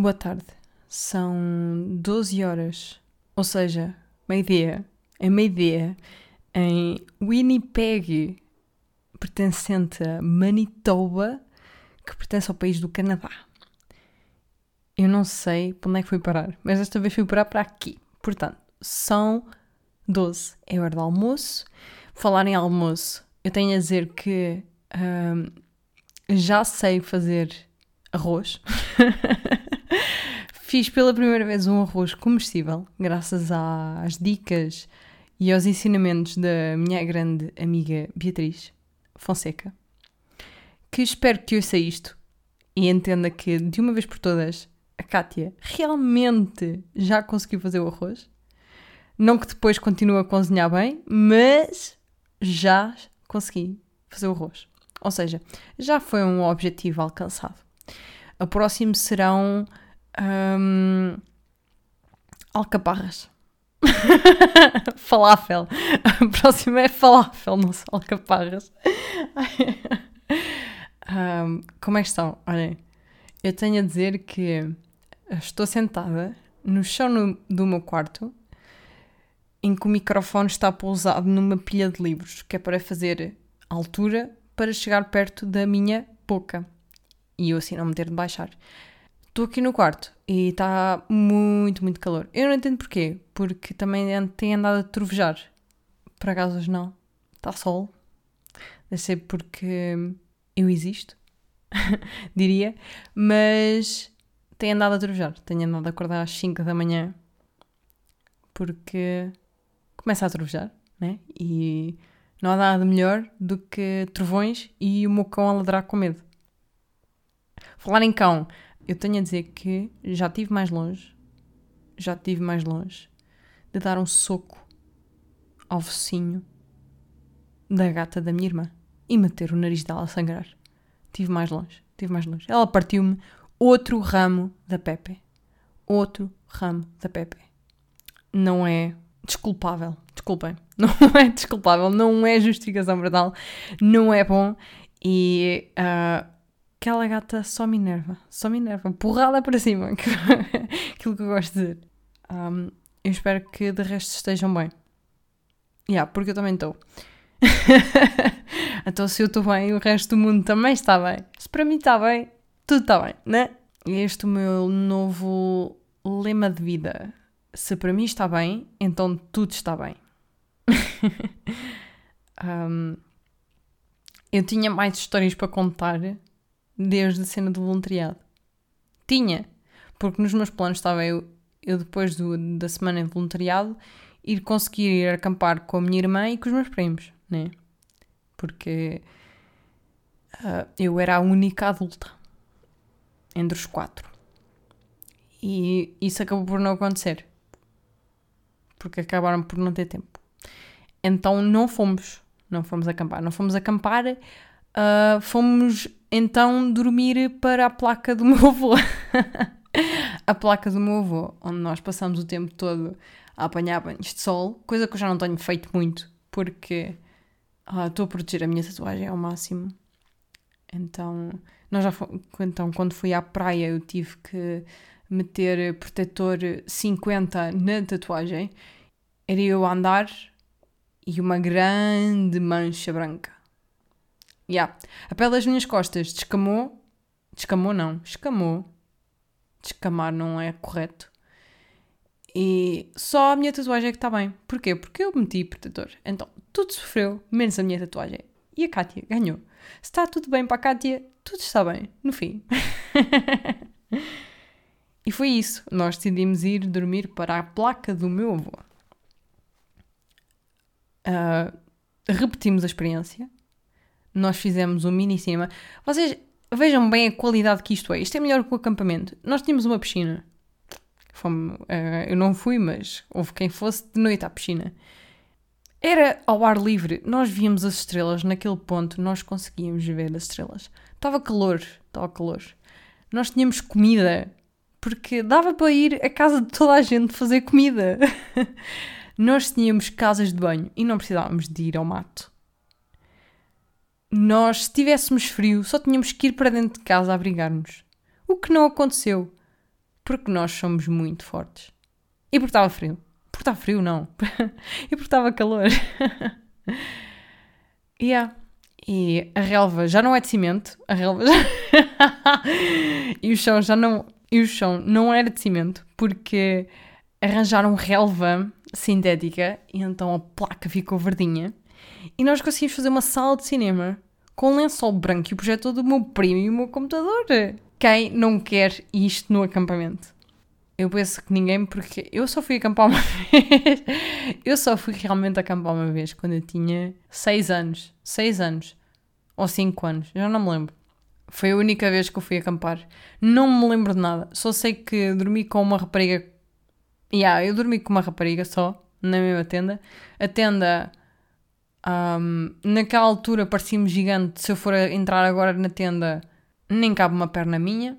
Boa tarde. São 12 horas, ou seja, meio-dia. É meio-dia em Winnipeg, pertencente a Manitoba, que pertence ao país do Canadá. Eu não sei para onde é que fui parar, mas desta vez fui parar para aqui. Portanto, são 12. É hora do almoço. Falar em almoço, eu tenho a dizer que já sei fazer arroz. Fiz pela primeira vez um arroz comestível, graças às dicas e aos ensinamentos da minha grande amiga Beatriz Fonseca, que espero que ouça isto e entenda que, de uma vez por todas, a Kátia realmente já conseguiu fazer o arroz. Não que depois continue a cozinhar bem, mas já consegui fazer o arroz. Ou seja, já foi um objetivo alcançado. O próximo serão alcaparras. Falafel. A próxima é falafel, não são alcaparras. Como é que estão? Olhem, eu tenho a dizer que estou sentada no chão do meu quarto, em que o microfone está pousado numa pilha de livros, que é para fazer altura para chegar perto da minha boca e eu assim não me ter de baixar. Estou aqui no quarto e está muito, muito calor. Eu não entendo porquê, porque também tem andado a trovejar. Por acaso hoje não. Está sol. Deve ser porque eu existo, diria. Mas tem andado a trovejar. Tenho andado a acordar às 5 da manhã porque começa a trovejar, né? E não há nada melhor do que trovões e o meu cão a ladrar com medo. Falar em cão, eu tenho a dizer que já estive mais longe de dar um soco ao focinho da gata da minha irmã e meter o nariz dela a sangrar. Estive mais longe. Ela partiu-me outro ramo da Pepe. Não é desculpável. Desculpem. Não é desculpável. Não é justificação brutal. Não é bom. E aquela gata só me enerva. Porrada para cima. Aquilo que eu gosto de dizer. Eu espero que de resto estejam bem. Porque eu também estou. Então se eu estou bem, o resto do mundo também está bem. Se para mim está bem, tudo está bem, né? E este é o meu novo lema de vida. Se para mim está bem, então tudo está bem. Eu tinha mais histórias para contar desde a cena do voluntariado. Tinha, porque nos meus planos estava eu depois da semana de voluntariado, conseguir ir acampar com a minha irmã e com os meus primos, né? Porque eu era a única adulta entre os 4. E isso acabou por não acontecer. Porque acabaram por não ter tempo. Então não fomos acampar. Fomos então dormir para a placa do meu avô. A placa do meu avô, onde nós passamos o tempo todo a apanhar banhos de sol, coisa que eu já não tenho feito muito, porque estou a proteger a minha tatuagem ao máximo. Então, quando fui à praia, eu tive que meter protetor 50 na tatuagem. Era eu a andar e uma grande mancha branca. A pele das minhas costas escamou. Descamar não é correto. E só a minha tatuagem é que está bem. Porquê? Porque eu meti protetor. Então, tudo sofreu, menos a minha tatuagem. E a Kátia ganhou. Se está tudo bem para a Kátia, tudo está bem, no fim. E foi isso. Nós decidimos ir dormir para a placa do meu avô. Repetimos a experiência. Nós fizemos um mini cinema. Vocês vejam bem a qualidade que isto é. Isto é melhor que o acampamento. Nós tínhamos uma piscina. Eu não fui, mas houve quem fosse de noite à piscina. Era ao ar livre. Nós víamos as estrelas naquele ponto. Nós conseguíamos ver as estrelas. Estava calor. Nós tínhamos comida. Porque dava para ir à casa de toda a gente fazer comida. Nós tínhamos casas de banho e não precisávamos de ir ao mato. Nós, se tivéssemos frio, só tínhamos que ir para dentro de casa a abrigar-nos. O que não aconteceu. porque nós somos muito fortes. E porque estava frio. Porque estava frio, não. E porque estava calor. Yeah. E a relva já não é de cimento. A relva já... E o chão já não... E o chão não era de cimento, porque arranjaram relva sintética e então a placa ficou verdinha. E nós conseguimos fazer uma sala de cinema com lençol branco e o projetor do meu primo e o meu computador. Quem não quer isto no acampamento? Eu penso que ninguém, porque eu só fui acampar uma vez. Eu só fui realmente acampar uma vez quando eu tinha 6 anos. 6 anos. Ou 5 anos. Já não me lembro. Foi a única vez que eu fui acampar. Não me lembro de nada. Só sei que dormi com uma rapariga. Eu dormi com uma rapariga só, na mesma tenda. A tenda, naquela altura parecia-me gigante. Se eu for entrar agora na tenda, nem cabe uma perna minha.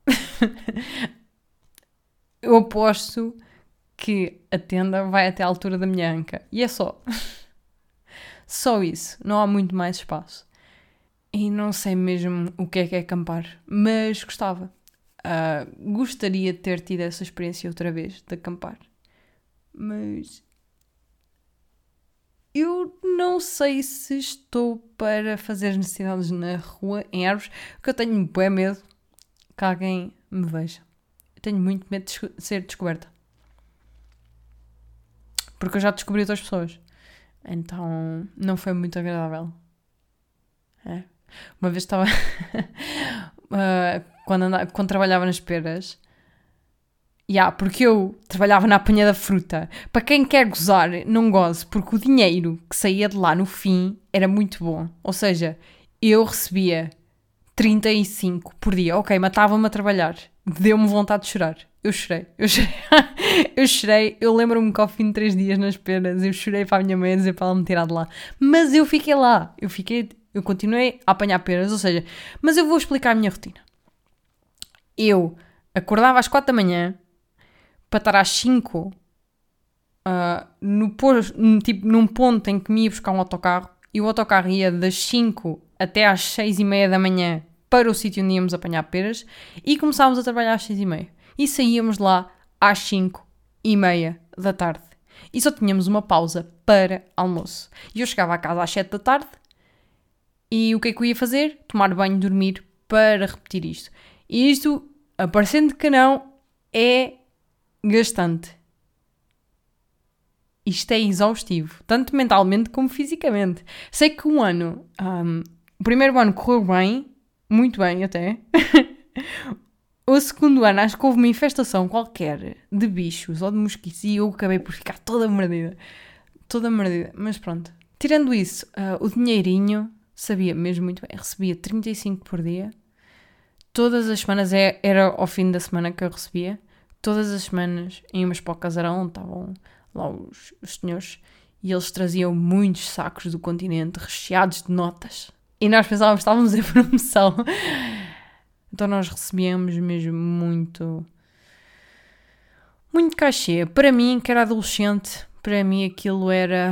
Eu aposto que a tenda vai até à altura da minha anca. E é só. Só isso. Não há muito mais espaço. E não sei mesmo o que é acampar, mas gostava. Gostaria de ter tido essa experiência outra vez, de acampar. Mas eu não sei se estou para fazer as necessidades na rua, em árvores, porque eu tenho bué medo que alguém me veja. Eu tenho muito medo de ser descoberta. Porque eu já descobri outras pessoas. Então não foi muito agradável. É. Uma vez estava... quando trabalhava nas peras... porque eu trabalhava na apanha da fruta. Para quem quer gozar, não goze, porque o dinheiro que saía de lá no fim era muito bom. Ou seja, eu recebia 35 por dia. Ok, matava-me a trabalhar. Deu-me vontade de chorar. Eu chorei. Eu chorei. Eu lembro-me que ao fim de 3 dias nas peras, eu chorei para a minha mãe dizer para ela me tirar de lá. Mas eu fiquei lá. Eu continuei a apanhar peras, ou seja, mas eu vou explicar a minha rotina. Eu acordava às 4 da manhã para estar às 5 num ponto em que me ia buscar um autocarro, e o autocarro ia das 5 até às 6:30 da manhã para o sítio onde íamos apanhar peras, e começávamos a trabalhar às 6:30. E saíamos lá às 5:30 da tarde. E só tínhamos uma pausa para almoço. E eu chegava à casa às 7 da tarde, e o que é que eu ia fazer? Tomar banho, dormir, para repetir isto. E isto, aparecendo que não, é gastante. Isto é exaustivo, tanto mentalmente como fisicamente. Sei que o primeiro ano correu bem, muito bem até. O segundo ano acho que houve uma infestação qualquer de bichos ou de mosquitos e eu acabei por ficar toda mordida. Mas pronto. Tirando isso, o dinheirinho... Sabia mesmo muito bem. Recebia 35 por dia. Todas as semanas, era ao fim da semana que eu recebia. Todas as semanas íamos para o casarão, onde estavam lá os senhores. E eles traziam muitos sacos do continente recheados de notas. E nós pensávamos que estávamos em promoção. Então nós recebíamos mesmo muito cachê. Para mim, que era adolescente, para mim aquilo era...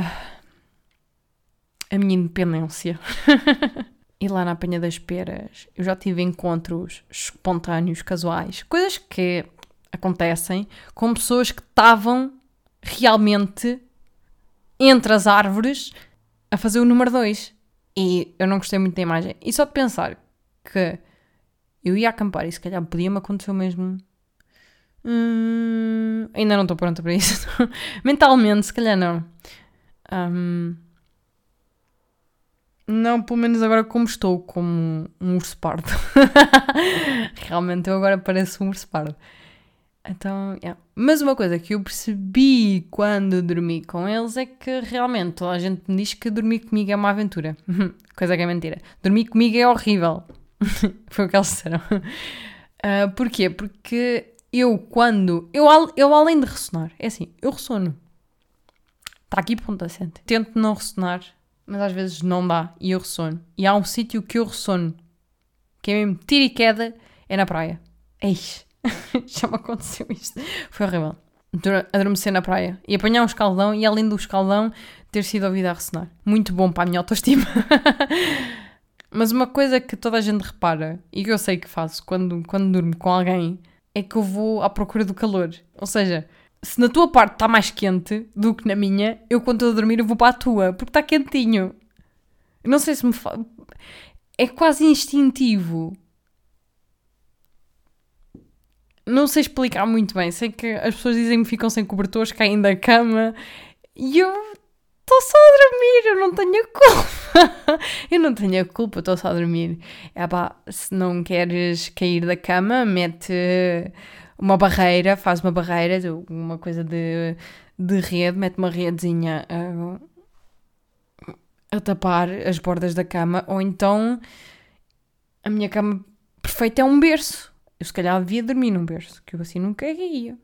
a minha independência. E lá na apanha das peras, eu já tive encontros espontâneos, casuais, coisas que acontecem com pessoas que estavam realmente entre as árvores a fazer o número 2. E eu não gostei muito da imagem. E só de pensar que eu ia acampar e se calhar podia-me acontecer o mesmo. Ainda não estou pronta para isso. Mentalmente, se calhar não. Não, pelo menos agora como estou, como um urso pardo. Realmente eu agora pareço um urso pardo. Então, Mas uma coisa que eu percebi quando dormi com eles é que realmente toda a gente me diz que dormir comigo é uma aventura. Coisa que é mentira. Dormir comigo é horrível. Foi o que eles disseram. Porquê? Porque eu além de ressonar, é assim, eu ressono. Está aqui ponto assente. Tento não ressonar, mas às vezes não dá e eu ressono. E há um sítio que eu ressono, que é mesmo tiro e queda, é na praia. Eixe, já me aconteceu isto. Foi horrível. Adormecer na praia e apanhar um escaldão e além do escaldão ter sido ouvida a ressonar. Muito bom para a minha autoestima. Mas uma coisa que toda a gente repara e que eu sei que faço quando durmo com alguém é que eu vou à procura do calor. Ou seja, se na tua parte está mais quente do que na minha, eu quando estou a dormir eu vou para a tua, porque está quentinho. Não sei se me é quase instintivo. Não sei explicar muito bem. Sei que as pessoas dizem que ficam sem cobertores, caem da cama. E eu estou só a dormir. Eu não tenho a culpa. Eu não tenho a culpa, estou só a dormir. Se não queres cair da cama, mete uma barreira. Faz uma barreira, uma coisa de rede. Mete uma redezinha a tapar as bordas da cama. Ou então, a minha cama perfeita é um berço. Eu se calhar devia dormir num berço, que eu assim nunca caía.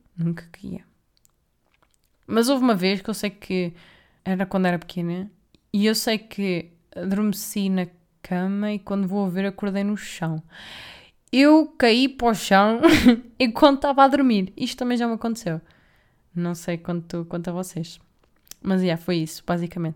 Mas houve uma vez que eu sei que era quando era pequena e eu sei que adormeci na cama e quando vou a ver acordei no chão. Eu caí para o chão enquanto estava a dormir. Isto também já me aconteceu. Não sei quanto a vocês. Mas foi isso, basicamente.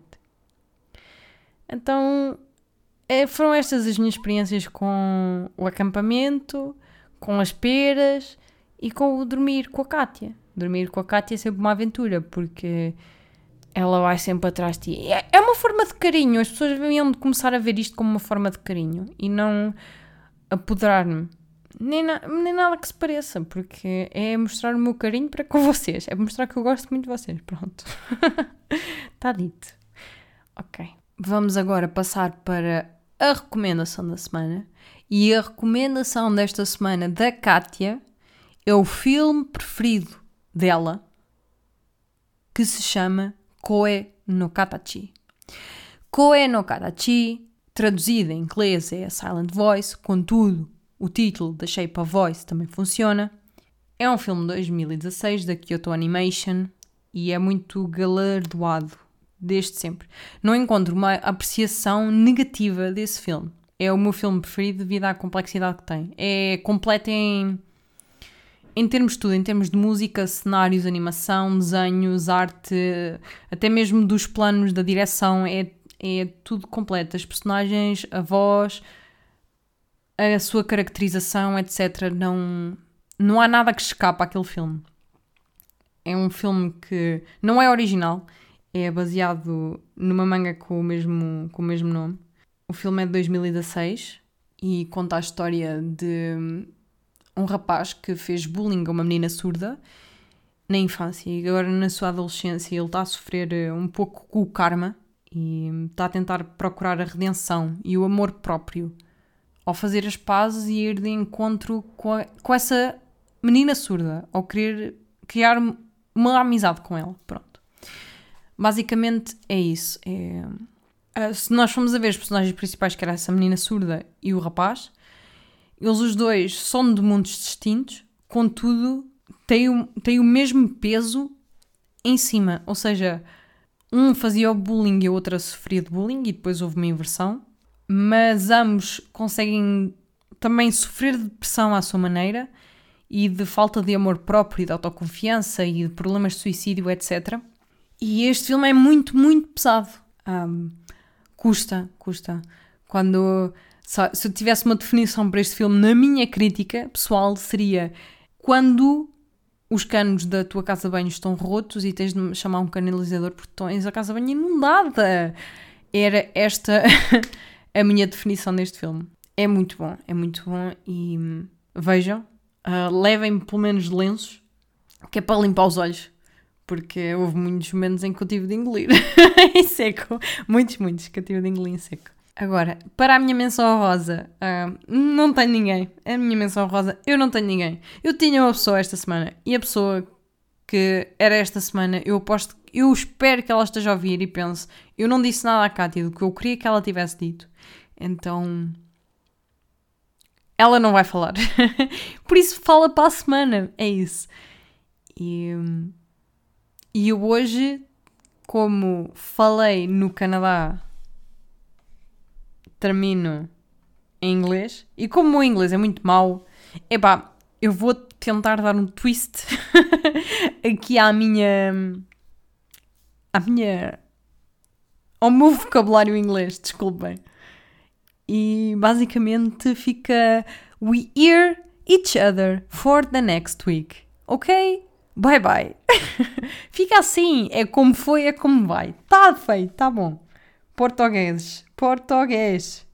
Então, foram estas as minhas experiências com o acampamento, com as peras e com o dormir com a Kátia. Dormir com a Kátia é sempre uma aventura, porque ela vai sempre atrás de ti. É uma forma de carinho. As pessoas deviam começar a ver isto como uma forma de carinho e não apoderar-me. Nem nada que se pareça, porque é mostrar o meu carinho para com vocês. É mostrar que eu gosto muito de vocês. Pronto. Está dito. Ok. Vamos agora passar para a recomendação da semana. E a recomendação desta semana da Kátia é o filme preferido dela, que se chama Koe no Katachi. Koe no Katachi, traduzido em inglês é Silent Voice, contudo o título The Shape of Voice também funciona. É um filme de 2016 da Kyoto Animation e é muito galardoado desde sempre. Não encontro uma apreciação negativa desse filme. É o meu filme preferido devido à complexidade que tem. É completo em termos de tudo, em termos de música, cenários, animação, desenhos, arte, até mesmo dos planos, da direção, é tudo completo. As personagens, a voz, a sua caracterização, etc. Não há nada que escapa àquele filme. É um filme que não é original, é baseado numa manga com o mesmo nome. O filme é de 2016 e conta a história de um rapaz que fez bullying a uma menina surda na infância e agora na sua adolescência ele está a sofrer um pouco com o karma e está a tentar procurar a redenção e o amor próprio ao fazer as pazes e ir de encontro com essa menina surda, ao querer criar uma amizade com ela. Pronto. Basicamente é isso. Se nós formos a ver os personagens principais, que era essa menina surda e o rapaz, eles os dois são de mundos distintos, contudo têm o mesmo peso em cima. Ou seja, um fazia o bullying e a outra sofria de bullying e depois houve uma inversão, mas ambos conseguem também sofrer de depressão à sua maneira e de falta de amor próprio e de autoconfiança e de problemas de suicídio, etc. E este filme é muito, muito pesado. Custa. Se eu tivesse uma definição para este filme, na minha crítica pessoal, seria quando os canos da tua casa de banho estão rotos e tens de chamar um canalizador porque tens a casa de banho inundada. Era esta a minha definição deste filme. É muito bom e vejam, levem-me pelo menos lenços, que é para limpar os olhos. Porque houve muitos momentos em que eu tive de engolir em seco. Muitos que eu tive de engolir em seco. Agora, para a minha menção honrosa, não tenho ninguém. A minha menção honrosa, eu não tenho ninguém. Eu tinha uma pessoa esta semana e a pessoa que era esta semana, eu espero que ela esteja a ouvir e pense, eu não disse nada à Kátia do que eu queria que ela tivesse dito. Então, ela não vai falar. Por isso, fala para a semana. É isso. E eu hoje, como falei no Canadá, termino em inglês. E como o meu inglês é muito mau, eu vou tentar dar um twist aqui ao meu vocabulário inglês, desculpem. E basicamente fica: We hear each other for the next week. Ok? Bye bye. Fica assim. É como foi, é como vai. Tá feito, tá bom. Português.